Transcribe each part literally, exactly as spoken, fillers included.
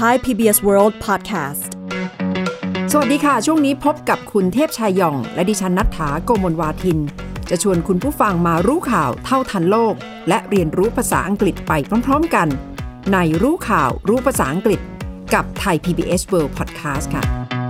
Thai พี บี เอส World Podcast สวัสดีค่ะช่วงนี้พบกับคุณเทพชัยหย่องและดิฉันณัฐฐา โกมลวาทินจะชวนคุณผู้ฟังมารู้ข่าวเท่าทันโลกและเรียนรู้ภาษาอังกฤษไปพร้อมๆกันในรู้ข่าวรู้ภาษาอังกฤษกับ Thai พี บี เอส World Podcast ค่ะ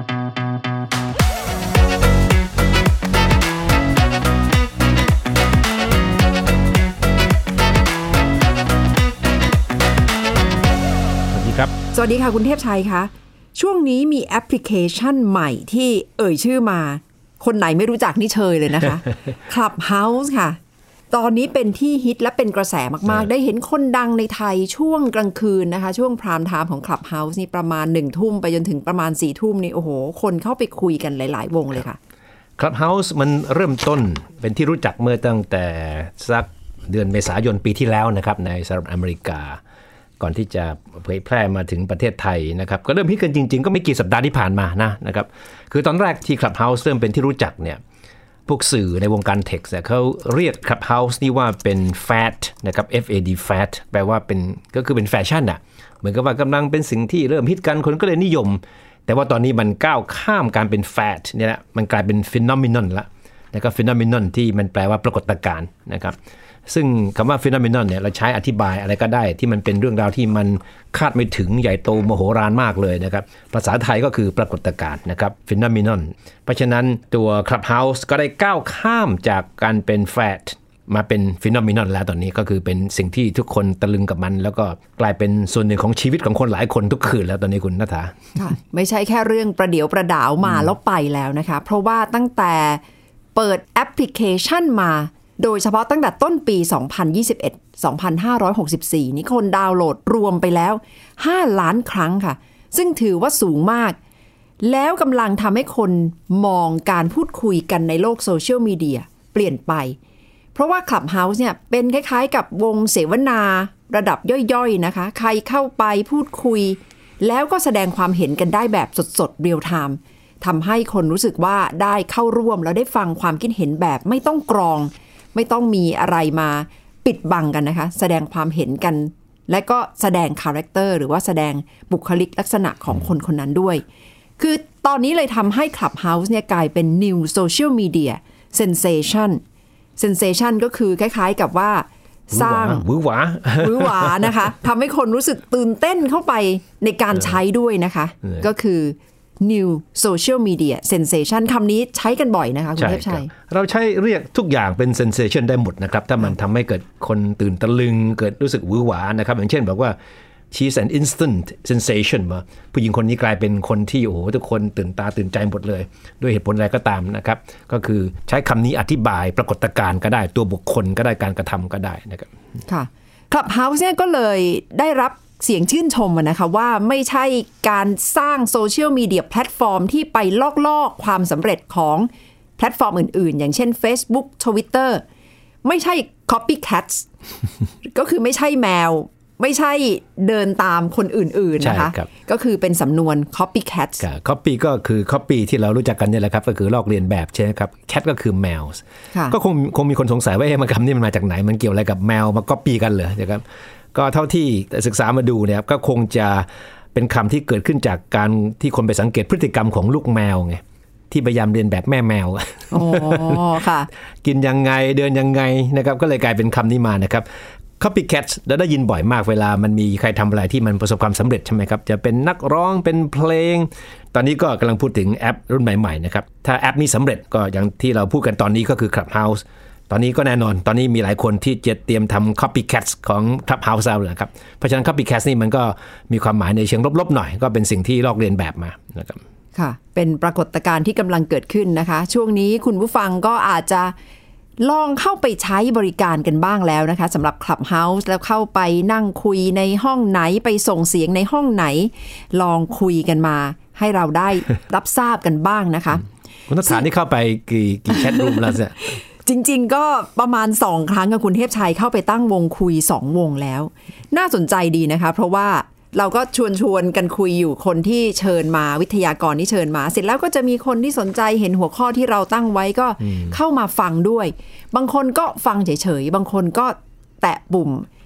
สวัสดีค่ะคุณเทพชัยคะช่วงนี้มีแอปพลิเคชันใหม่ที่เอ่ยชื่อมาคนไหนไม่รู้จักนี่เชยเลยนะคะ Clubhouse ค่ะตอนนี้เป็นที่ฮิตและเป็นกระแสมากๆได้เห็นคนดังในไทยช่วงกลางคืนนะคะช่วงพรามไทม์ของ Clubhouse นี่ประมาณหนึ่งทุ่มไปจนถึงประมาณสี่ทุ่มนี่โอ้โหคนเข้าไปคุยกันหลายๆวงเลยค่ะ Clubhouse มันเริ่มต้นเป็นที่รู้จักเมื่อตั้งแต่สักเดือนเมษายนปีที่แล้วนะครับในสหรัฐอเมริกาก่อนที่จะเผยแพร่มาถึงประเทศไทยนะครับก็เริ่มฮิตกันจริงๆก็ไม่กี่สัปดาห์ที่ผ่านมานะนะครับคือตอนแรกที่ Clubhouse เริ่มเป็นที่รู้จักเนี่ยพวกสื่อในวงการเทคเนี่ยเขาเรียก Clubhouse นี่ว่าเป็น fad นะครับ F A D fad แปลว่าเป็นก็คือเป็นแฟชั่นอ่ะเหมือนกับว่ากำลังเป็นสิ่งที่เริ่มฮิตกันคนก็เลยนิยมแต่ว่าตอนนี้มันก้าวข้ามการเป็น fad เนี่ยนะมันกลายเป็น phenomenon ละนะครับ phenomenon ที่มันแปลว่าปรากฏการณ์นะครับซึ่งคำว่า phenomenon เนี่ยเราใช้อธิบายอะไรก็ได้ที่มันเป็นเรื่องราวที่มันคาดไม่ถึงใหญ่โตมโหฬารมากเลยนะครับภาษาไทยก็คือปรากฏการณ์นะครับ phenomenon เพราะฉะนั้นตัว Clubhouse ก็ได้ก้าวข้ามจากการเป็น fad มาเป็น phenomenon แล้วตอนนี้ก็คือเป็นสิ่งที่ทุกคนตะลึงกับมันแล้วก็กลายเป็นส่วนหนึ่งของชีวิตของคนหลายคนทุกคืนแล้วตอนนี้คุณณัฐฐาค่ะไม่ใช่แค่เรื่องประเดี๋ยวประดาวมาแล้วไปแล้วนะคะเพราะว่าตั้งแต่เปิดแอปพลิเคชันมาโดยเฉพาะตั้งแต่ต้นปี สองพันยี่สิบเอ็ด สองพันห้าร้อยหกสิบสี่ นี่คนดาวน์โหลดรวมไปแล้วห้าล้านครั้งค่ะซึ่งถือว่าสูงมากแล้วกำลังทำให้คนมองการพูดคุยกันในโลกโซเชียลมีเดียเปลี่ยนไปเพราะว่า Clubhouse เนี่ยเป็นคล้ายๆกับวงเสวนาระดับย่อยๆนะคะใครเข้าไปพูดคุยแล้วก็แสดงความเห็นกันได้แบบสดๆเรียลไทม์ทำให้คนรู้สึกว่าได้เข้าร่วมแล้วได้ฟังความคิดเห็นแบบไม่ต้องกรองไม่ต้องมีอะไรมาปิดบังกันนะคะแสดงความเห็นกันและก็แสดงคาแรคเตอร์หรือว่าแสดงบุคลิกลักษณะของคนคนนั้นด้วยคือตอนนี้เลยทำให้ Clubhouse เนี่ยกลายเป็น New Social Media Sensation Sensation ก็คือคล้ายๆกับว่าสร้างวื้อหวาวื้อหวานะคะทำให้คนรู้สึกตื่นเต้นเข้าไปในการใช้ด้วยนะคะก็คือNew Social Media Sensation คำนี้ใช้กันบ่อยนะคะคุณเทพชัยเราใช้เรียกทุกอย่างเป็น Sensation ได้หมดนะครับถ้ามันทำให้เกิดคนตื่นตะลึงเกิดรู้สึกหวือหวานะครับอย่างเช่นบอกว่า she's an instant sensation มาผู้หญิงคนนี้กลายเป็นคนที่โอ้โหทุกคนตื่นตาตื่นใจหมดเลยด้วยเหตุผลอะไรก็ตามนะครับก็คือใช้คำนี้อธิบายปรากฏการณ์ก็ได้ตัวบุคคลก็ได้การกระทำก็ได้นะครับค่ะ Clubhouse เนี่ยก็เลยได้รับเสียงชื่นชมนะคะว่าไม่ใช่การสร้างโซเชียลมีเดียแพลตฟอร์มที่ไปลอกๆความสำเร็จของแพลตฟอร์มอื่นๆอย่างเช่น Facebook Twitter ไม่ใช่ copycats ก็คือไม่ใช่แมวไม่ใช่เดินตามคนอื่นๆนะคะก็คือเป็นสำนวน copycats copy ก็คือ copy ที่เรารู้จักกันเนี่ยแหละครับก็คือลอกเลียนแบบใช่ไหมครับ cat ก็คือ mouse ก็คงคงมีคนสงสัยว่ามันคำนี้มันมาจากไหนมันเกี่ยวอะไรกับแมวมา copy กันเหรอนะครับก็เท่าที่ศึกษามาดูเนี่ยก็คงจะเป็นคำที่เกิดขึ้นจากการที่คนไปสังเกตพฤติกรรมของลูกแมวไงที่พยายามเรียนแบบแม่แมวอ๋อค่ะกินยังไงเดินยังไงนะครับก็เลยกลายเป็นคำนี้มานะครับ copycat เราได้ยินบ่อยมากเวลามันมีใครทำอะไรที่มันประสบความสำเร็จใช่ไหมครับจะเป็นนักร้องเป็นเพลงตอนนี้ก็กำลังพูดถึงแอปรุ่นใหม่ๆนะครับถ้าแอปนี้สำเร็จก็อย่างที่เราพูดกันตอนนี้ก็คือ Clubhouseตอนนี้ก็แน่นอนตอนนี้มีหลายคนที่จะเตรียมทำ copycat ของ Clubhouse แล้วนะครับเพราะฉะนั้น copycat นี่มันก็มีความหมายในเชิงลบๆหน่อยก็เป็นสิ่งที่ลอกเลียนแบบมานะครับค่ะเป็นปรากฏการณ์ที่กำลังเกิดขึ้นนะคะช่วงนี้คุณผู้ฟังก็อาจจะลองเข้าไปใช้บริการกันบ้างแล้วนะคะสำหรับ Clubhouse แล้วเข้าไปนั่งคุยในห้องไหนไปส่งเสียงในห้องไหนลองคุยกันมาให้เราได้รับทราบกันบ้างนะคะคุณนักศึกษานี่เข้าไปกี่กี่แชทรูมแล้วเนี่ยจริงๆก็ประมาณสองครั้งกับคุณเทพชัยเข้าไปตั้งวงคุยสองวงแล้วน่าสนใจดีนะคะเพราะว่าเราก็ชวนชวนกันคุยอยู่คนที่เชิญมาวิทยากรที่เชิญมาเสร็จแล้วก็จะมีคนที่สนใจเห็นหัวข้อที่เราตั้งไว้ก็เข้ามาฟังด้วยบางคนก็ฟังเฉยๆบางคนก็แตะปุ่ม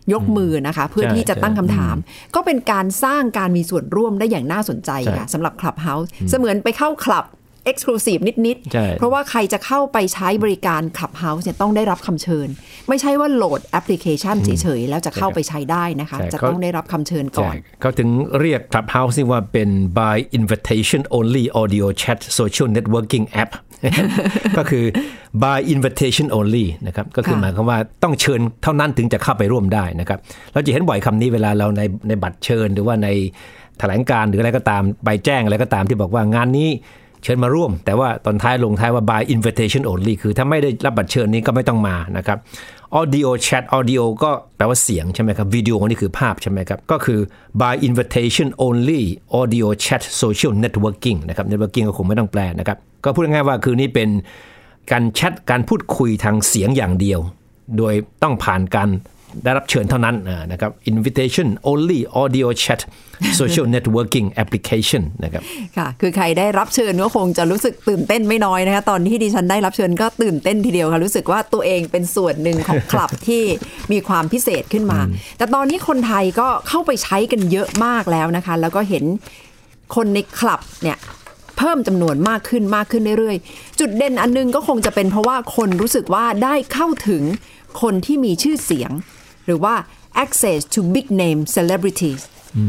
ยกมือนะคะเพื่อที่จะตั้งคำถามก็เป็นการสร้างการมีส่วนร่วมได้อย่างน่าสนใจค่ะสำหรับ Clubhouse เสมือนไปเข้าคลับExclusive นิดๆเพราะว่าใครจะเข้าไปใช้บริการ Clubhouse เนี่ยต้องได้รับคำเชิญไม่ใช่ว่าโหลดแอปพลิเคชันเฉยๆแล้วจะเข้าไปใช้ได้นะคะจะต้องได้รับคำเชิญก่อนเขาถึงเรียก Clubhouse นี่ว่าเป็น by invitation only audio chat social networking app ก็คือ by invitation only นะครับก็คือหมายความว่าต้องเชิญเท่านั้นถึงจะเข้าไปร่วมได้นะครับเราจะเห็นบ่อยคำนี้เวลาเราในในบัตรเชิญหรือว่าในแถลงการหรืออะไรก็ตามใบแจ้งอะไรก็ตามที่บอกว่างานนี้เชิญมาร่วมแต่ว่าตอนท้ายลงท้ายว่า by invitation only คือถ้าไม่ได้รับบัตรเชิญนี้ก็ไม่ต้องมานะครับ audio chat audio ก็แปลว่าเสียงใช่ไหมครับวิดีโอนี่คือภาพใช่ไหมครับก็คือ by invitation only audio chat social networking นะครับ networking ก็คงไม่ต้องแปลนะครับก็พูดง่ายๆว่าคือนี่เป็นการแชทการพูดคุยทางเสียงอย่างเดียวโดยต้องผ่านการได้รับเชิญเท่านั้นนะครับ invitation only audio chat social networking application นะครับค่ะคือใครได้รับเชิญก็คงจะรู้สึกตื่นเต้นไม่น้อยนะคะตอนที่ดิฉันได้รับเชิญก็ตื่นเต้นทีเดียวค่ะรู้สึกว่าตัวเองเป็นส่วนหนึ่งของคลับที่มีความพิเศษขึ้นมาแต่ตอนนี้คนไทยก็เข้าไปใช้กันเยอะมากแล้วนะคะแล้วก็เห็นคนในคลับเนี่ยเพิ่มจำนวนมากขึ้นมากขึ้นเรื่อยๆจุดเด่นอันนึงก็คงจะเป็นเพราะว่าคนรู้สึกว่าได้เข้าถึงคนที่มีชื่อเสียงหรือว่า access to big name celebrities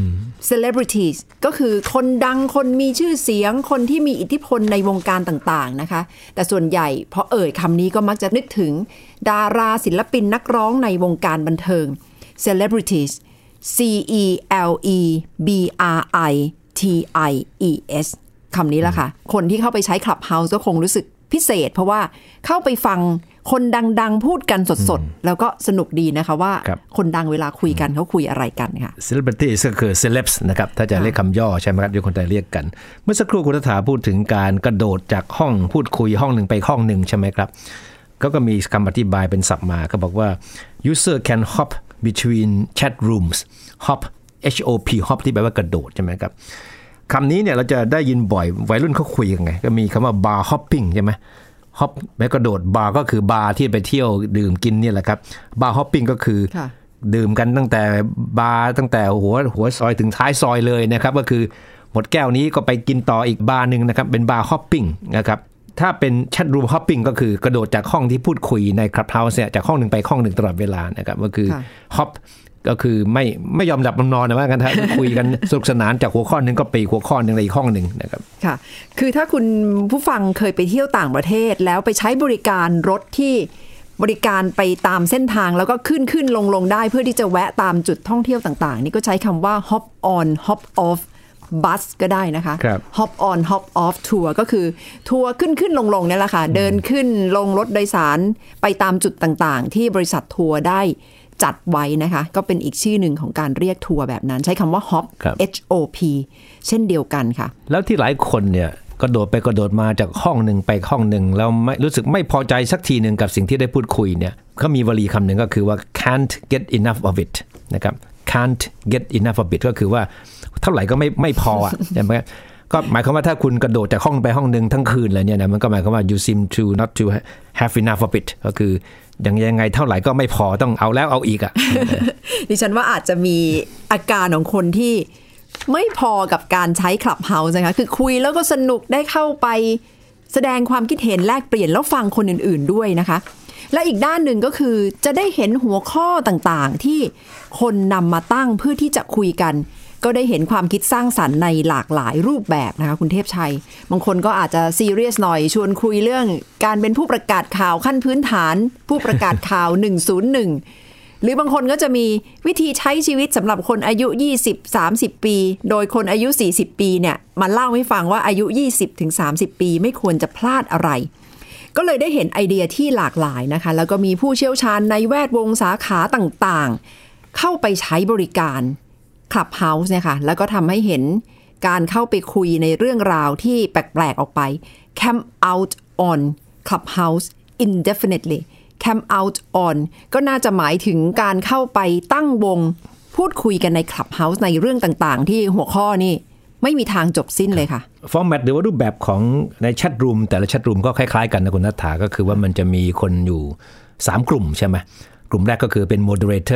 celebrities ก็คือคนดังคนมีชื่อเสียงคนที่มีอิทธิพลในวงการต่างๆนะคะแต่ส่วนใหญ่พอเอ่ยคำนี้ก็มักจะนึกถึงดาราศิลปินนักร้องในวงการบันเทิง celebrities C E L E B R I T I E S คำนี้แหละค่ะคนที่เข้าไปใช้ Clubhouse ก็คงรู้สึกพิเศษเพราะว่าเข้าไปฟังคนดังๆพูดกันสดๆแล้วก็สนุกดีนะคะว่าคนดังเวลาคุยกันเขาคุยอะไรกันค่ะ Celebrity ก็คือ celebs นะครับถ้าจะเรียกคำย่อใช่ไหมครับที่คนไทยเรียกกันเมื่อสักครู่คุณรัฐาพูดถึงการกระโดดจากห้องพูดคุยห้องหนึ่งไปห้องหนึ่งใช่ไหมครับก็ก็มีคำอธิบายเป็นศัพท์มาก็บอกว่า user can hop between chat rooms hop H O P hop ที่แปลว่ากระโดดใช่ไหมครับคำนี้เนี่ยเราจะได้ยินบ่อยวัยรุ่นเขาคุยกันไงก็มีคำว่า bar hopping ใช่ไหมฮอปแม้กระโดดบาร์ก็คือบาร์ที่ไปเที่ยวดื่มกินเนี่ยแหละครับบาร์ฮอปปิ้งก็คือดื่มกันตั้งแต่บาร์ตั้งแต่หัวหัวซอยถึงท้ายซอยเลยนะครับก็คือหมดแก้วนี้ก็ไปกินต่ออีกบาร์นึงนะครับเป็นบาร์ฮอปปิ้งนะครับถ้าเป็นแชทรูมฮอปปิ้งก็คือกระโดดจากห้องที่พูดคุยใน Clubhouse เนี่ยจากห้องนึงไปห้องนึงตลอดเวลานะครับก็คือฮอปก็คือไม่ไม่ยอมหลับนอนนะว่ากันถ้าคุยกันสนุกสนานจากหัวข้อนึงก็ไปหัวข้อนึงในอีกห้องนึงนะครับค่ะคือถ้าคุณผู้ฟังเคยไปเที่ยวต่างประเทศแล้วไปใช้บริการรถที่บริการไปตามเส้นทางแล้วก็ขึ้นขึ้นลงลงได้เพื่อที่จะแวะตามจุดท่องเที่ยวต่างๆนี่ก็ใช้คำว่า hop on hop off bus ก็ได้นะคะ hop on hop off tour ก็คือทัวร์ขึ้นขึ้นลงลงนี่แหละค่ะเดินขึ้นลงรถโดยสารไปตามจุดต่างๆที่บริษัททัวร์ได้จัดไว้นะคะก็เป็นอีกชื่อหนึ่งของการเรียกทัวร์แบบนั้นใช้คำว่า hop H O P เช่นเดียวกันค่ะแล้วที่หลายคนเนี่ยกระโดดไปกระโดดมาจากห้องหนึ่งไปห้องหนึ่งแล้วไม่รู้สึกไม่พอใจสักทีหนึ่งกับสิ่งที่ได้พูดคุยเนี่ยเขามีวลีคำหนึ่งก็คือว่า can't get enough of it นะครับ can't get enough of it ก็คือว่าเท่าไหร่ก็ไม่ไม่พออ่ะใช่ไหมก็หมายความว่าถ้าคุณกระโดดจากห้องไปห้องหนึ่งทั้งคืนเลยเนี่ยนะมันก็หมายความว่า you seem to not to have enough of it ก็คือยังยังไงเท่าไหร่ก็ไม่พอต้องเอาแล้วเอาอีกอ่ะดิฉันว่าอาจจะมีอาการของคนที่ไม่พอกับการใช้ Clubhouse นะคะคือคุยแล้วก็สนุกได้เข้าไปแสดงความคิดเห็นแลกเปลี่ยนแล้วฟังคนอื่นๆด้วยนะคะและอีกด้านหนึ่งก็คือจะได้เห็นหัวข้อต่างๆที่คนนำมาตั้งเพื่อที่จะคุยกันก็ได้เห็นความคิดสร้างสรรค์ในหลากหลายรูปแบบนะคะคุณเทพชัยบางคนก็อาจจะซีเรียสหน่อยชวนคุยเรื่องการเป็นผู้ประกาศข่าวขั้นพื้นฐานผู้ประกาศข่าวหนึ่งศูนย์หนึ่งหรือบางคนก็จะมีวิธีใช้ชีวิตสำหรับคนอายุยี่สิบ สามสิบปีโดยคนอายุสี่สิบปีเนี่ยมาเล่าให้ฟังว่าอายุ ยี่สิบถึงสามสิบ ปีไม่ควรจะพลาดอะไรก็เลยได้เห็นไอเดียที่หลากหลายนะคะแล้วก็มีผู้เชี่ยวชาญในแวดวงสาขาต่างๆเข้าไปใช้บริการClubhouse เนี่ยค่ะแล้วก็ทำให้เห็นการเข้าไปคุยในเรื่องราวที่แปลกๆออกไป Camp out on Clubhouse indefinitely Camp out on ก็น่าจะหมายถึงการเข้าไปตั้งวงพูดคุยกันใน Clubhouse ในเรื่องต่างๆที่หัวข้อนี่ไม่มีทางจบสิ้นเลยค่ะฟอร์แมตหรือว่ารูปแบบของในแชทรูมแต่ละแชทรูมก็คล้ายๆกันนะคุณณัฐาก็คือว่ามันจะมีคนอยู่สามกลุ่มใช่ไหมกลุ่มแรกก็คือเป็น moderator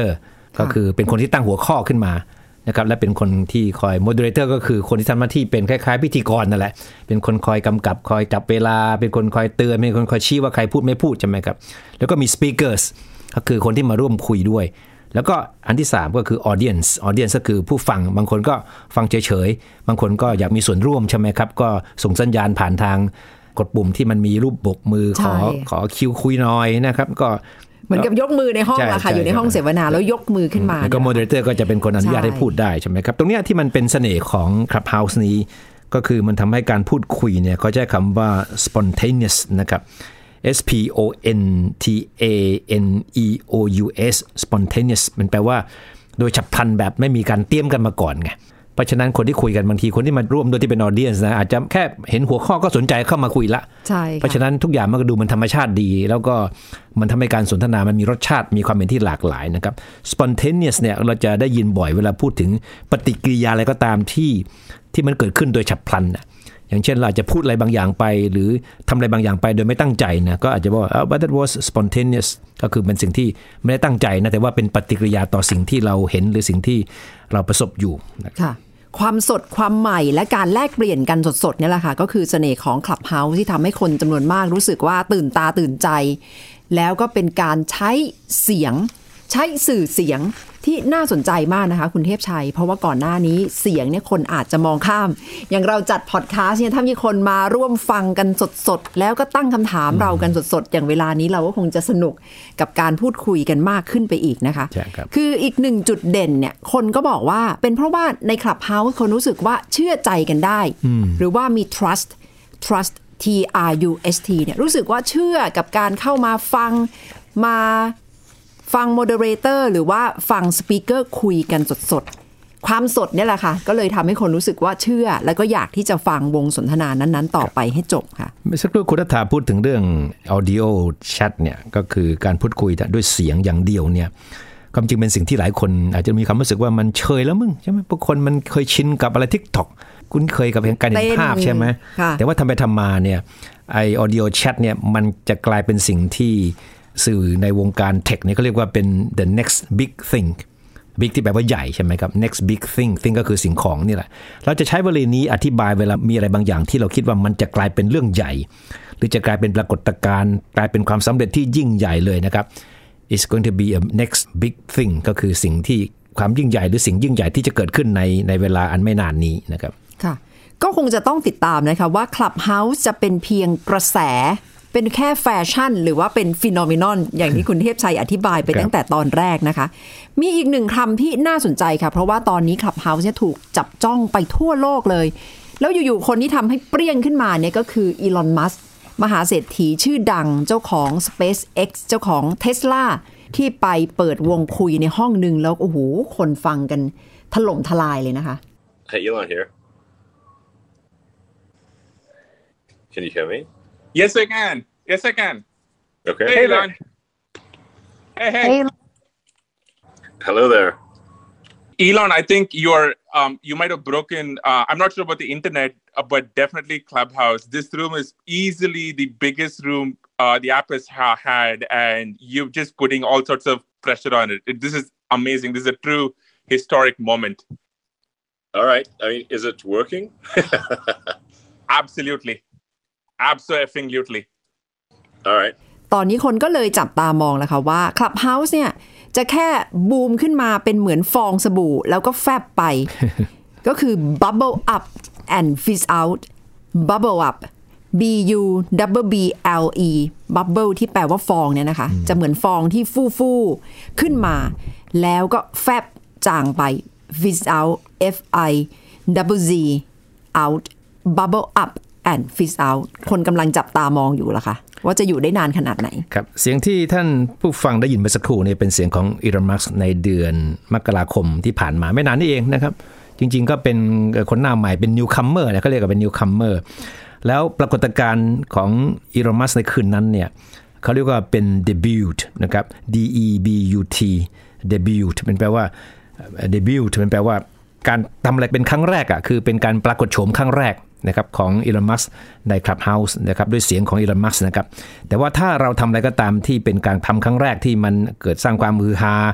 ก็คือเป็นคนที่ตั้งหัวข้อขึ้นมานะครับและเป็นคนที่คอยโมเดเลเตอร์ก็คือคนที่ทำหน้าที่เป็นคล้ายๆพิธีกรนั่นแหละเป็นคนคอยกำกับคอยจับเวลาเป็นคนคอยเตือนเป็นคนคอยชี้ว่าใครพูดไม่พูดใช่ไหมครับแล้วก็มี speakers ก็คือคนที่มาร่วมคุยด้วยแล้วก็อันที่สามก็คือ audience audience ก็คือผู้ฟังบางคนก็ฟังเฉยๆบางคนก็อยากมีส่วนร่วมใช่ไหมครับก็ส่งสัญญาณผ่านทางกดปุ่มที่มันมีรูปโบกมือขอขอคิวคุยหน่อยนะครับก็เหมือนกับยกมือในห้องอะค่ะอยู่ในห้องเสวนาแล้วยกมือขึ้นมาแล้วก็โมเดเลเตอร์ก็จะเป็นคนอนุญาตให้พูดได้ใช่ไหมครับตรงนี้ที่มันเป็นเสน่ห์ของ Clubhouse นี้ก็คือมันทำให้การพูดคุยเนี่ยเขาใช้คำว่า spontaneous นะครับ S P O N T A N E O U S spontaneous มันแปลว่าโดยฉับพลันแบบไม่มีการเตรียมกันมาก่อนไงเพราะฉะนั้นคนที่คุยกันบางทีคนที่มาร่วมด้วยที่เป็นออเดียนส์นะอาจจะแค่เห็นหัวข้อก็สนใจเข้ามาคุยละใช่เพราะฉะนั้นทุกอย่างมันก็ดูมันธรรมชาติดีแล้วก็มันทำให้การสนทนามันมีรสชาติมีความเป็นที่หลากหลายนะครับ spontaneous เนี่ยเราจะได้ยินบ่อยเวลาพูดถึงปฏิกิริยาอะไรก็ตามที่ที่มันเกิดขึ้นโดยฉับพลันนะอย่างเช่นเราจะพูดอะไรบางอย่างไปหรือทำอะไรบางอย่างไปโดยไม่ตั้งใจนะก็อาจจะบอกว่า but that was spontaneous ก็คือเป็นสิ่งที่ไม่ได้ตั้งใจนะแต่ว่าเป็นปฏิกิริยาต่อสิ่งที่เราเห็นหรือสิ่งที่เราประสบอยู่ค่ะความสดความใหม่และการแลกเปลี่ยนกันสดๆนี่แหละค่ะก็คือเสน่ห์ของ Clubhouse ที่ทำให้คนจำนวนมากรู้สึกว่าตื่นตาตื่นใจแล้วก็เป็นการใช้เสียงใช้สื่อเสียงที่น่าสนใจมากนะคะคุณเทพชัยเพราะว่าก่อนหน้านี้เสียงเนี่ยคนอาจจะมองข้ามอย่างเราจัดพอดคาสต์เนี่ยถ้ามีคนมาร่วมฟังกันสดๆแล้วก็ตั้งคำถามเรากันสดๆอย่างเวลานี้เราก็คงจะสนุกกับการพูดคุยกันมากขึ้นไปอีกนะคะคืออีกหนึ่งจุดเด่นเนี่ยคนก็บอกว่าเป็นเพราะว่าใน Clubhouse คนรู้สึกว่าเชื่อใจกันได้หรือว่ามี trust trust T R U S T เนี่ยรู้สึกว่าเชื่อกับการเข้ามาฟังมาฟังโมเดเลเตอร์หรือว่าฟังสปีกเกอร์คุยกันสดๆความสดเนี่ยแหละค่ะก็เลยทำให้คนรู้สึกว่าเชื่อแล้วก็อยากที่จะฟังวงสนทนานั้นๆต่อไปให้จบค่ะเมื่อสักครู่คุณรัฐาพูดถึงเรื่อง audio chat เนี่ยก็คือการพูดคุยด้วยเสียงอย่างเดียวเนี่ยความจริงเป็นสิ่งที่หลายคนอาจจะมีความรู้สึกว่ามันเชยแล้วมึงใช่ไหมบางคนมันเคยชินกับอะไร TikTok คุ้นเคยกับการเห็นภาพใช่ไหมแต่ว่าทำไปทำมาเนี่ยไอ audio chat เนี่ยมันจะกลายเป็นสิ่งที่สื่อในวงการเทคเนี่ยเขาเรียกว่าเป็น the next big thing big ที่แปลว่าใหญ่ใช่ไหมครับ next big thing thing ก็คือสิ่งของนี่แหละเราจะใช้วลีนี้อธิบายเวลามีอะไรบางอย่างที่เราคิดว่ามันจะกลายเป็นเรื่องใหญ่หรือจะกลายเป็นปรากฏการณ์กลายเป็นความสำเร็จที่ยิ่งใหญ่เลยนะครับ it's going to be a next big thing ก็คือสิ่งที่ความยิ่งใหญ่หรือสิ่งยิ่งใหญ่ที่จะเกิดขึ้นในในเวลาอันไม่นานนี้นะครับค่ะก็คงจะต้องติดตามนะคะว่า Clubhouse จะเป็นเพียงกระแสเป็นแค่แฟชั่นหรือว่าเป็นฟีโนเมนอนอย่างที่คุณเทพชัยอธิบายไปตั้งแต่ตอนแรกนะคะมีอีกหนึ่งคำที่น่าสนใจค่ะเพราะว่าตอนนี้ Clubhouse เนี่ยถูกจับจ้องไปทั่วโลกเลยแล้วอยู่ๆคนที่ทำให้เปรี้ยงขึ้นมาเนี่ยก็คืออีลอนมัสก์มหาเศรษฐีชื่อดังเจ้าของ SpaceX เจ้าของ Tesla ที่ไปเปิดวงคุยในห้องนึงแล้วโอ้โหคนฟังกันถล่มทลายเลยนะคะ Hey Elon here Can you hear me Yes, I can. Yes, I can. Okay. Hey, Elon. Hey, hey. Hey. Hello there. Elon, I think you're, um, you might have broken, uh, I'm not sure about the internet, uh, but definitely Clubhouse. This room is easily the biggest room uh, the app has ha- had, and you're just putting all sorts of pressure on it. it. This is amazing. This is a true historic moment. All right. I mean, is it working? Absolutely.Absolutely. All right. ตอนนี้คนก็เลยจับตามองแล้วค่ะว่า Clubhouse เนี่ยจะแค่บูมขึ้นมาเป็นเหมือนฟองสบู่แล้วก็แฟบไป ก็คือ bubble up and fizz out bubble up B U double B L E bubble ที่แปลว่าฟองเนี่ยนะคะจะเหมือนฟองที่ฟู่ๆขึ้นมาแล้วก็แฟบจางไป fizz out F I double Z out bubble up and fizz out คนกำลังจับตามองอยู่ล่ะค่ะว่าจะอยู่ได้นานขนาดไหนครับเสียงที่ท่านผู้ฟังได้ยินเมื่อสักครู่นี้เป็นเสียงของอีลอน มัสก์ในเดือนมกราคมที่ผ่านมาไม่นานนี่เองนะครับจริงๆก็เป็นคนหน้าใหม่เป็นนิวคัมเมอร์เนี่ยเขาเรียกว่าเป็นนิวคัมเมอร์แล้วปรากฏการณ์ของอีลอน มัสก์ในคืนนั้นเนี่ยเขาเรียกว่าเป็นเดบิวต์นะครับ D E B U T เดบิวต์เป็นแปลว่าเดบิวต์เป็นแปลว่าการทำอะไรเป็นครั้งแรกอ่ะคือเป็นการปรากฏโฉมครั้งแรกนะครับของอีลอน มัสก์ใน Clubhouse นะครับด้วยเสียงของอีลอน มัสก์นะครับแต่ว่าถ้าเราทำอะไรก็ตามที่เป็นการทำครั้งแรกที่มันเกิดสร้างความฮือฮา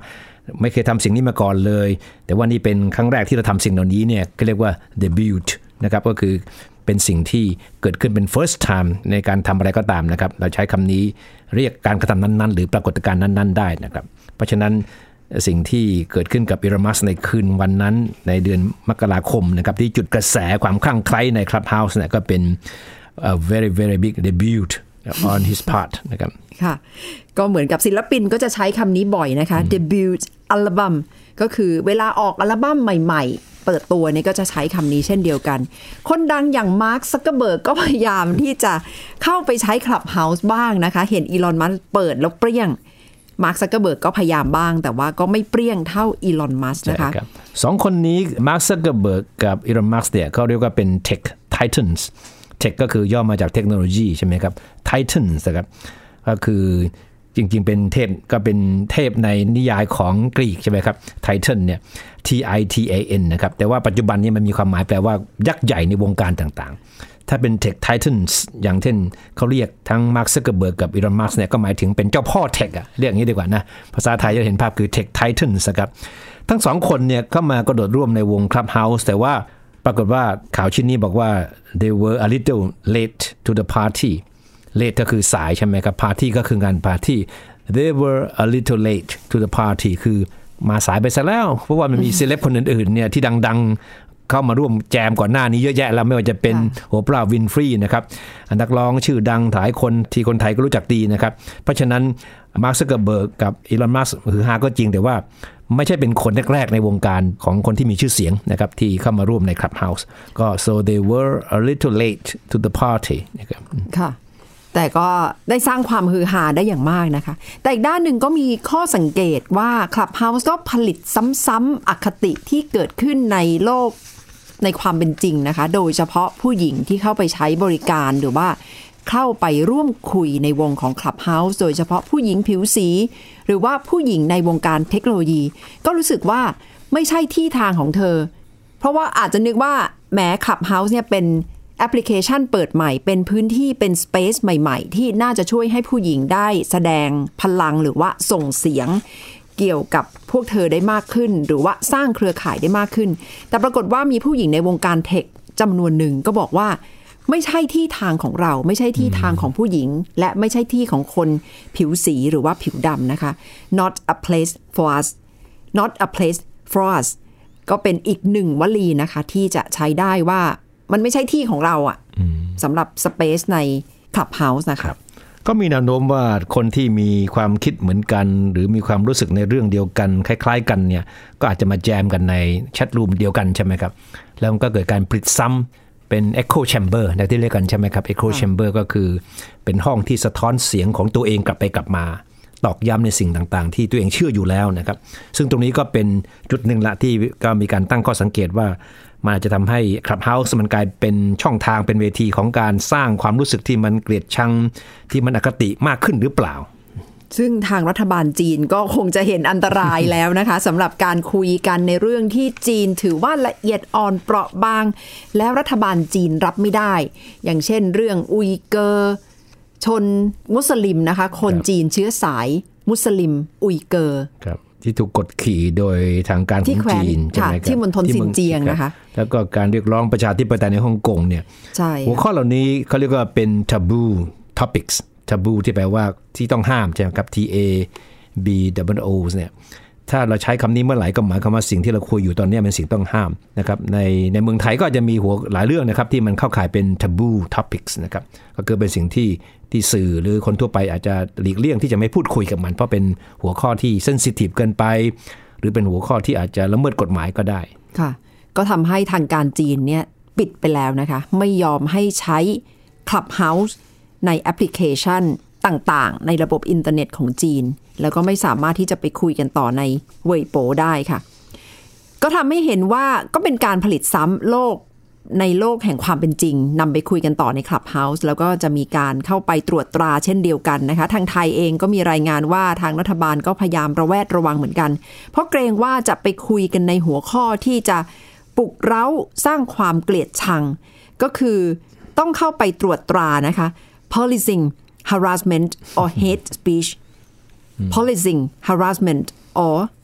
ไม่เคยทำสิ่งนี้มาก่อนเลยแต่ว่านี่เป็นครั้งแรกที่เราทำสิ่งเหล่านี้เนี่ยก็เรียกว่า debut นะครับก็คือเป็นสิ่งที่เกิดขึ้นเป็น first time ในการทำอะไรก็ตามนะครับเราใช้คำนี้เรียกการกระทำนั้นๆหรือปรากฏการณ์นั้นๆได้นะครับเพราะฉะนั้นสิ่งที่เกิดขึ้นกับอีลอน มัสก์ในคืนวันนั้นในเดือนมกราคมนะครับที่จุดกระแสความคลั่งไคล้ใน Clubhouse เนี่ยก็เป็น a very very big debut on his part นะครับค่ะก็เหมือนกับศิลปินก็จะใช้คำนี้บ่อยนะคะ debut album ก็คือเวลาออกอัลบั้มใหม่ๆเปิดตัวเนี่ยก็จะใช้คำนี้เช่นเดียวกันคนดังอย่างมาร์ค ซักเคอร์เบิร์กก็พยายามที่จะเข้าไปใช้ Clubhouse บ้างนะคะเห็นอีลอน มัสก์เปิดแล้วเปรี้ยงมาร์ค ซักเคอร์เบิร์กก็พยายามบ้างแต่ว่าก็ไม่เปรี้ยงเท่าอีลอน มัสก์นะคะสองคนนี้มาร์ค ซักเคอร์เบิร์กกับอีลอน มัสก์เนี่ยเขาเรียกว่าเป็น tech titans tech ก็คือย่อมาจากเทคโนโลยีใช่ไหมครับ titans นะครับก็คือจริงๆเป็นเทพก็เป็นเทพในนิยายของกรีกใช่ไหมครับ Titan เนี่ย T I T A N นะครับแต่ว่าปัจจุบันนี้มันมีความหมายแปลว่ายักษ์ใหญ่ในวงการต่างๆถ้าเป็น Tech Titans อย่างเช่นเขาเรียกทั้ง Mark Zuckerberg กับ Elon Musk เนี่ยก็หมายถึงเป็นเจ้าพ่อ Tech อ่ะเรียกอย่างนี้ดีกว่านะภาษาไทยจะเห็นภาพคือ Tech Titans นะครับทั้งสองคนเนี่ยเข้ามากระโดดร่วมในวง Clubhouse แต่ว่าปรากฏว่าข่าวชิ้นนี้บอกว่า they were a little late to the party late ก็คือสายใช่ไหมครับ party ก็คืองานปาร์ตี้ they were a little late to the party คือมาสายไปซะแล้วเพราะว่ามันมีเซเลบคนอื่นๆเนี่ยที่ดังๆเข้ามาร่วมแจมก่อนหน้านี้เยอะแยะแล้วไม่ว่าจะเป็นโอปราห์ วินฟรีนะครับนักร้องชื่อดังหลายคนที่คนไทยก็รู้จักดีนะครับเพราะฉะนั้นมาร์ค ซักเคอร์เบิร์กกับอีลอน มัสก์คือฮาก็จริงแต่ว่าไม่ใช่เป็นคนแรกๆในวงการของคนที่มีชื่อเสียงนะครับที่เข้ามาร่วมใน Clubhouse ก็ so they were a little late to the party นะครับค่ะแต่ก็ได้สร้างความฮือฮาได้อย่างมากนะคะแต่อีกด้านหนึ่งก็มีข้อสังเกตว่า Clubhouse ก็ผลิตซ้ำๆอคติที่เกิดขึ้นในโลกในความเป็นจริงนะคะโดยเฉพาะผู้หญิงที่เข้าไปใช้บริการหรือว่าเข้าไปร่วมคุยในวงของ Clubhouse โดยเฉพาะผู้หญิงผิวสีหรือว่าผู้หญิงในวงการเทคโนโลยีก็รู้สึกว่าไม่ใช่ที่ทางของเธอเพราะว่าอาจจะนึกว่าแหม Clubhouse เนี่ยเป็นแอปพลิเคชันเปิดใหม่เป็นพื้นที่เป็นสเปซใหม่ๆที่น่าจะช่วยให้ผู้หญิงได้แสดงพลังหรือว่าส่งเสียงเกี่ยวกับพวกเธอได้มากขึ้นหรือว่าสร้างเครือข่ายได้มากขึ้นแต่ปรากฏว่ามีผู้หญิงในวงการเทคจำนวนหนึ่งก็บอกว่าไม่ใช่ที่ทางของเราไม่ใช่ที่ทางของผู้หญิงและไม่ใช่ที่ของคนผิวสีหรือว่าผิวดำนะคะ not a place for us not a place for us ก็เป็นอีกหนึ่งวลีนะคะที่จะใช้ได้ว่ามันไม่ใช่ที่ของเราอ่ะสำหรับสเปซใน Clubhouse นะคะก็มีแนวโน้มว่าคนที่มีความคิดเหมือนกันหรือมีความรู้สึกในเรื่องเดียวกันคล้ายๆกันเนี่ยก็อาจจะมาแจมกันในแชทรูมเดียวกันใช่ไหมครับแล้วมันก็เกิดการผลิตซ้ำเป็น echo chamber นะที่เรียกกันใช่ไหมครับ echo chamber ก็คือเป็นห้องที่สะท้อนเสียงของตัวเองกลับไปกลับมาตอกย้ำในสิ่งต่างๆที่ตัวเองเชื่ออยู่แล้วนะครับซึ่งตรงนี้ก็เป็นจุดหนึ่งละที่ก็มีการตั้งข้อสังเกตว่ามันอาจจะทำให้ Clubhouse มันกลายเป็นช่องทางเป็นเวทีของการสร้างความรู้สึกที่มันเกลียดชังที่มันอคติมากขึ้นหรือเปล่าซึ่งทางรัฐบาลจีนก็คงจะเห็นอันตรายแล้วนะคะสำหรับการคุยกันในเรื่องที่จีนถือว่าละเอียดอ่อนเปราะบางแล้วรัฐบาลจีนรับไม่ได้อย่างเช่นเรื่องอุยเกอร์ชนมุสลิมนะคะคนจีนเชื้อสายมุสลิมอุยเกอร์ที่ถูกกดขี่โดยทางการของจีนใช่ไหมครับที่มณฑลซินเจียงนะคะแล้วก็การเรียกร้องประชาธิปไตยในฮ่องกงเนี่ยหัวข้อเหล่านี้เขาเรียกว่าเป็น taboo topics taboo ที่แปลว่าที่ต้องห้ามใช่ไหมครับ T A B O O เนี่ยถ้าเราใช้คำนี้เมื่อไหร่ก็หมายความว่าสิ่งที่เราคุยอยู่ตอนนี้เป็นสิ่งต้องห้ามนะครับในในเมืองไทยก็จะมีหัวหลายเรื่องนะครับที่มันเข้าข่ายเป็น taboo topics นะครับก็คือเป็นสิ่งที่ที่สื่อหรือคนทั่วไปอาจจะหลีกเลี่ยงที่จะไม่พูดคุยกับมันเพราะเป็นหัวข้อที่เซนซิทีฟเกินไปหรือเป็นหัวข้อที่อาจจะละเมิดกฎหมายก็ได้ค่ะก็ทำให้ทางการจีนเนี่ยปิดไปแล้วนะคะไม่ยอมให้ใช้ Clubhouse ในแอปพลิเคชันต่างๆในระบบอินเทอร์เน็ตของจีนแล้วก็ไม่สามารถที่จะไปคุยกันต่อในเว่ยโป๋ได้ค่ะก็ทำให้เห็นว่าก็เป็นการผลิตซ้ำโลกในโลกแห่งความเป็นจริงนำไปคุยกันต่อใน Clubhouse แล้วก็จะมีการเข้าไปตรวจตราเช่นเดียวกันนะคะทางไทยเองก็มีรายงานว่าทางรัฐบาลก็พยายามระแวดระวังเหมือนกันเพราะเกรงว่าจะไปคุยกันในหัวข้อที่จะปลุกเร้าสร้างความเกลียดชังก็คือต้องเข้าไปตรวจตรานะคะ policing harassment or hate speech policing harassment or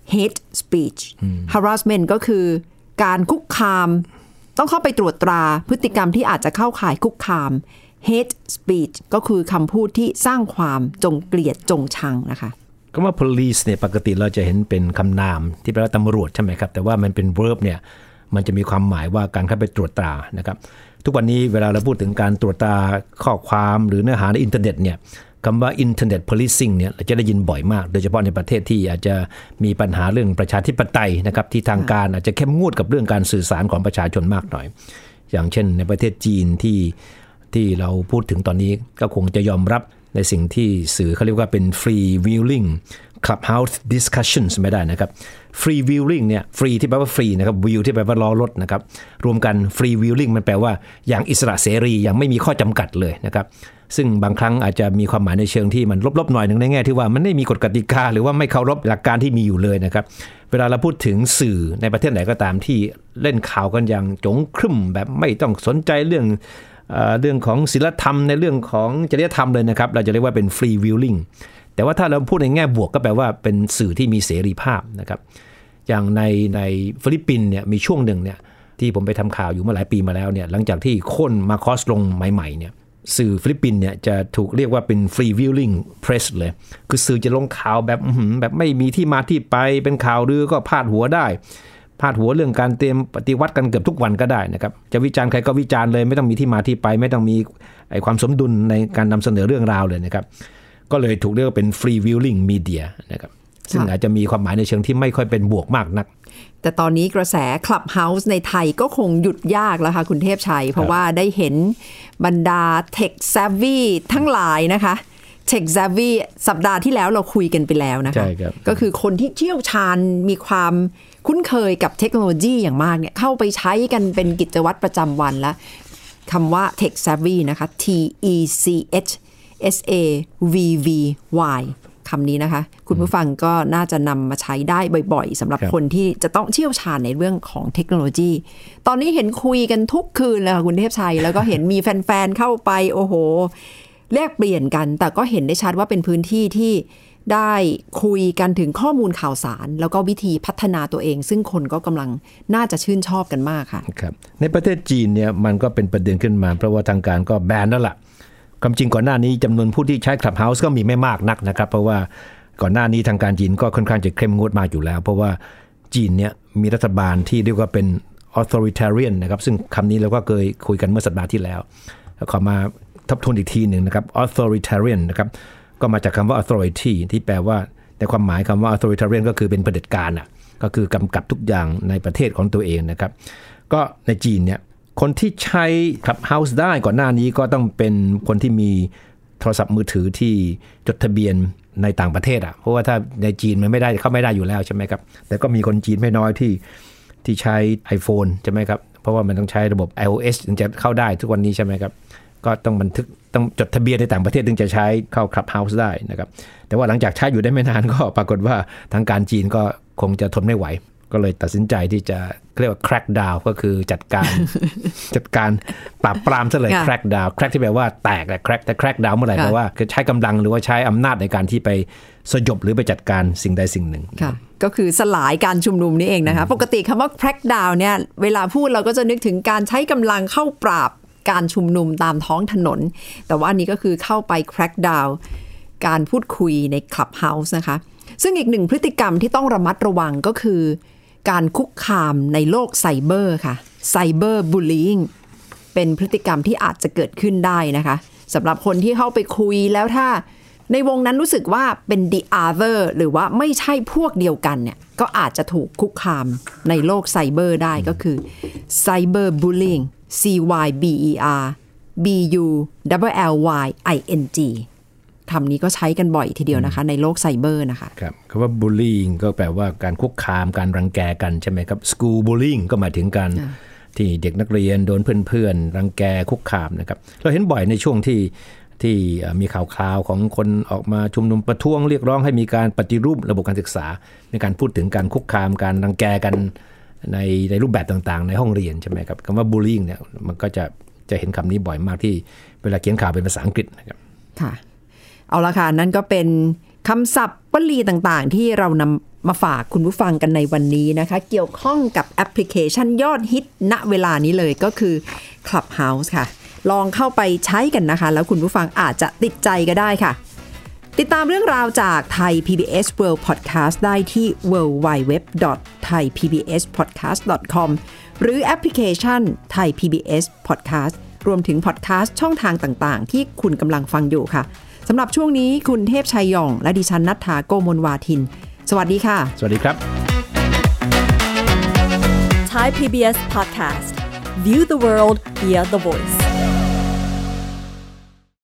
hate speech harassment ก็คือการคุกคามต้องเข้าไปตรวจตราพฤติกรรมที่อาจจะเข้าข่ายคุกคาม hate speech ก็คือคำพูดที่สร้างความจงเกลียดจงชังนะคะคำว่า police เนี่ยปกติเราจะเห็นเป็นคำนามที่แปลว่าตำรวจใช่ไหมครับแต่ว่ามันเป็น verb เนี่ยมันจะมีความหมายว่าการเข้าไปตรวจตรานะครับทุกวันนี้เวลาเราพูดถึงการตรวจตราข้อความหรือเนื้อหาในอินเทอร์เน็ตเนี่ยคำว่า internet policing เนี่ยเราจะได้ยินบ่อยมากโดยเฉพาะในประเทศที่อาจจะมีปัญหาเรื่องประชาธิปไตยนะครับที่ทางการอาจจะเข้มงวดกับเรื่องการสื่อสารของประชาชนมากหน่อยอย่างเช่นในประเทศจีนที่ที่เราพูดถึงตอนนี้ก็คงจะยอมรับในสิ่งที่สื่อเขาเรียกว่าเป็น free wheeling clubhouse discussions ไม่ได้นะครับ free wheeling เนี่ย free ที่แปลว่า free นะครับ wheel ที่แปลว่าล้อรถนะครับรวมกัน free wheeling มันแปลว่าอย่างอิสระเสรีอย่างไม่มีข้อจำกัดเลยนะครับซึ่งบางครั้งอาจจะมีความหมายในเชิงที่มันลบๆหน่อยนึงในแง่ที่ว่ามันไม่มีกฎกติกาหรือว่าไม่เคารพหลักการที่มีอยู่เลยนะครับเวลาเราพูดถึงสื่อในประเทศไหนก็ตามที่เล่นข่าวกันอย่างจงครึ่มแบบไม่ต้องสนใจเรื่องเอ่อเรื่องของศีลธรรมในเรื่องของจริยธรรมเลยนะครับเราจะเรียกว่าเป็น free wheeling แต่ว่าถ้าเราพูดในแง่บวกก็แปลว่าเป็นสื่อที่มีเสรีภาพนะครับอย่างในในฟิลิปปินส์เนี่ยมีช่วงหนึ่งเนี่ยที่ผมไปทำข่าวอยู่เมื่อหลายปีมาแล้วเนี่ยหลังจากที่โค่นมาร์โคสลงใหม่ๆเนี่ยสื่อฟิลิปปินส์เนี่ยจะถูกเรียกว่าเป็น free wheeling press เลยคือสื่อจะลงข่าวแบบแบบไม่มีที่มาที่ไปเป็นข่าวลือก็พาดหัวได้พาดหัวเรื่องการเตรียมปฏิวัติกันเกือบทุกวันก็ได้นะครับจะวิจารณ์ใครก็วิจารณ์เลยไม่ต้องมีที่มาที่ไปไม่ต้องมีไอ้ความสมดุลในการนำเสนอเรื่องราวเลยนะครับก็เลยถูกเรียกว่าเป็น free wheeling media นะครับซึ่งอาจจะมีความหมายในเชิงที่ไม่ค่อยเป็นบวกมากนักแต่ตอนนี้กระแส Clubhouse ในไทยก็คงหยุดยากแล้วค่ะคุณเทพชัยเพราะว่าได้เห็นบรรดา Tech Savvy ทั้งหลายนะคะ Tech Savvy สัปดาห์ที่แล้วเราคุยกันไปแล้วนะคะก็คือคนที่เชี่ยวชาญมีความคุ้นเคยกับเทคโนโลยีอย่างมากเนี่ยเข้าไปใช้กันเป็นกิจวัตรประจำวันแล้วคำว่า Tech Savvy นะคะ T E C H S A V V Y คำนี้นะคะคุณผู้ฟังก็น่าจะนำมาใช้ได้บ่อยๆสำหรับคนที่จะต้องเชี่ยวชาญในเรื่องของเทคโนโลยีตอนนี้เห็นคุยกันทุกคืนเลยค่ะคุณเทพชัยแล้วก็เห็นมีแฟนๆเข้าไปโอ้โหแลกเปลี่ยนกันแต่ก็เห็นได้ชัดว่าเป็นพื้นที่ที่ได้คุยกันถึงข้อมูลข่าวสารแล้วก็วิธีพัฒนาตัวเองซึ่งคนก็กำลังน่าจะชื่นชอบกันมากค่ะครับในประเทศจีนเนี่ยมันก็เป็นประเด็นขึ้นมาเพราะว่าทางการก็แบนแล้วล่ะความจริงก่อนหน้านี้จำนวนผู้ที่ใช้ Clubhouse ก็มีไม่มากนักนะครับเพราะว่าก่อนหน้านี้ทางการจีนก็ค่อนข้างจะเข้มงวดมากอยู่แล้วเพราะว่าจีนเนี่ยมีรัฐบาลที่เรียกว่าเป็น authoritarian นะครับซึ่งคำนี้เราก็เคยคุยกันเมื่อสัปดาห์ที่แล้วแล้วขอมาทบทวนอีกทีหนึ่งนะครับ authoritarian นะครับก็มาจากคำว่า authority ที่แปลว่าในความหมายคำว่า authoritarian ก็คือเป็นเผด็จการอ่ะก็คือกำกับทุกอย่างในประเทศของตัวเองนะครับก็ในจีนเนี่ยคนที่ใช้ Clubhouse ได้ก่อนหน้านี้ก็ต้องเป็นคนที่มีโทรศัพท์มือถือที่จดทะเบียนในต่างประเทศอ่ะเพราะว่าถ้าในจีนมันไม่ได้เข้าไม่ได้อยู่แล้วใช่ไหมครับแต่ก็มีคนจีนไม่น้อยที่ที่ใช้ iPhone ใช่ไหมครับเพราะว่ามันต้องใช้ระบบ iOS ถึงจะเข้าได้ทุกวันนี้ใช่ไหมครับก็ต้องบันทึกต้องจดทะเบียนในต่างประเทศถึงจะใช้เข้า Clubhouse ได้นะครับแต่ว่าหลังจากใช้อยู่ได้ไม่นานก็ปรากฏว่าทางการจีนก็คงจะทนไม่ไหวก็เลยตัดสินใจที่จะเรียกว่า crack down ก็คือจัดการ จัดการปราบปรามซะเลย crack down crack ที่แปลว่าแตกแต่ crack แต่ crack down เมื่อไหร่แปลว่าคือใช้กำลังหรือว่าใช้อำนาจในการที่ไปสยบหรือไปจัดการสิ่งใดสิ่งหนึ่งก็คือสลายการชุมนุมนี่เองนะคะปกติคำว่า crack down เนี่ยเวลาพูดเราก็จะนึกถึงการใช้กำลังเข้าปราบการชุมนุมตามท้องถนนแต่ว่าอันนี้ก็คือเข้าไป crack down การพูดคุยใน Clubhouse นะคะซึ่งอีกหนึ่งพฤติกรรมที่ต้องระมัดระวังก็คือการคุกคามในโลกไซเบอร์ค่ะไซเบอร์บูลลี่เป็นพฤติกรรมที่อาจจะเกิดขึ้นได้นะคะสำหรับคนที่เข้าไปคุยแล้วถ้าในวงนั้นรู้สึกว่าเป็น the other หรือว่าไม่ใช่พวกเดียวกันเนี่ยก็อาจจะถูกคุกคามในโลกไซเบอร์ได้ก็คือไซเบอร์บูลลี่ C Y B E R B U L L Y I N G คำนี้ก็ใช้กันบ่อยทีเดียวนะคะในโลกไซเบอร์นะคะครับคำว่า bullying ก็แปลว่าการคุกคามการรังแกกันใช่ไหมครับ school bullying ก็หมายถึงการที่เด็กนักเรียนโดนเพื่อนๆรังแกคุกคามนะครับเราเห็นบ่อยในช่วงที่ที่มีข่าวคราวของคนออกมาชุมนุมประท้วงเรียกร้องให้มีการปฏิรูประบบการศึกษาในการพูดถึงการคุกคามการรังแกกันในในรูปแบบต่างๆในห้องเรียนใช่ไหมครับคำว่า bullying เนี่ยมันก็จะจะเห็นคำนี้บ่อยมากที่เวลาเขียนข่าวเป็นภาษาอังกฤษนะครับค่ะเอาละค่ะนั่นก็เป็นคำศัพท์วลีต่างๆที่เรานมาฝากคุณผู้ฟังกันในวันนี้นะคะเกี่ยวข้องกับแอปพลิเคชันยอดฮิตณเวลานี้เลยก็คือ Clubhouse ค่ะลองเข้าไปใช้กันนะคะแล้วคุณผู้ฟังอาจจะติดใจก็ได้ค่ะติดตามเรื่องราวจากไทย พี บี เอส World Podcast ได้ที่ ดับเบิลยู ดับเบิลยู ดับเบิลยู ดอท ไทย พี บี เอส พอดแคสต์ ดอท คอม หรือแอปพลิเคชัน Thai พี บี เอส Podcast รวมถึงพอดแคสต์ช่องทางต่างๆที่คุณกำลังฟังอยู่ค่ะสำหรับช่วงนี้คุณเทพชัยหย่องและดิฉันณัฐฐา โกมลวาทินสวัสดีค่ะสวัสดีครับ Thai พี บี เอส Podcast View the world via the voice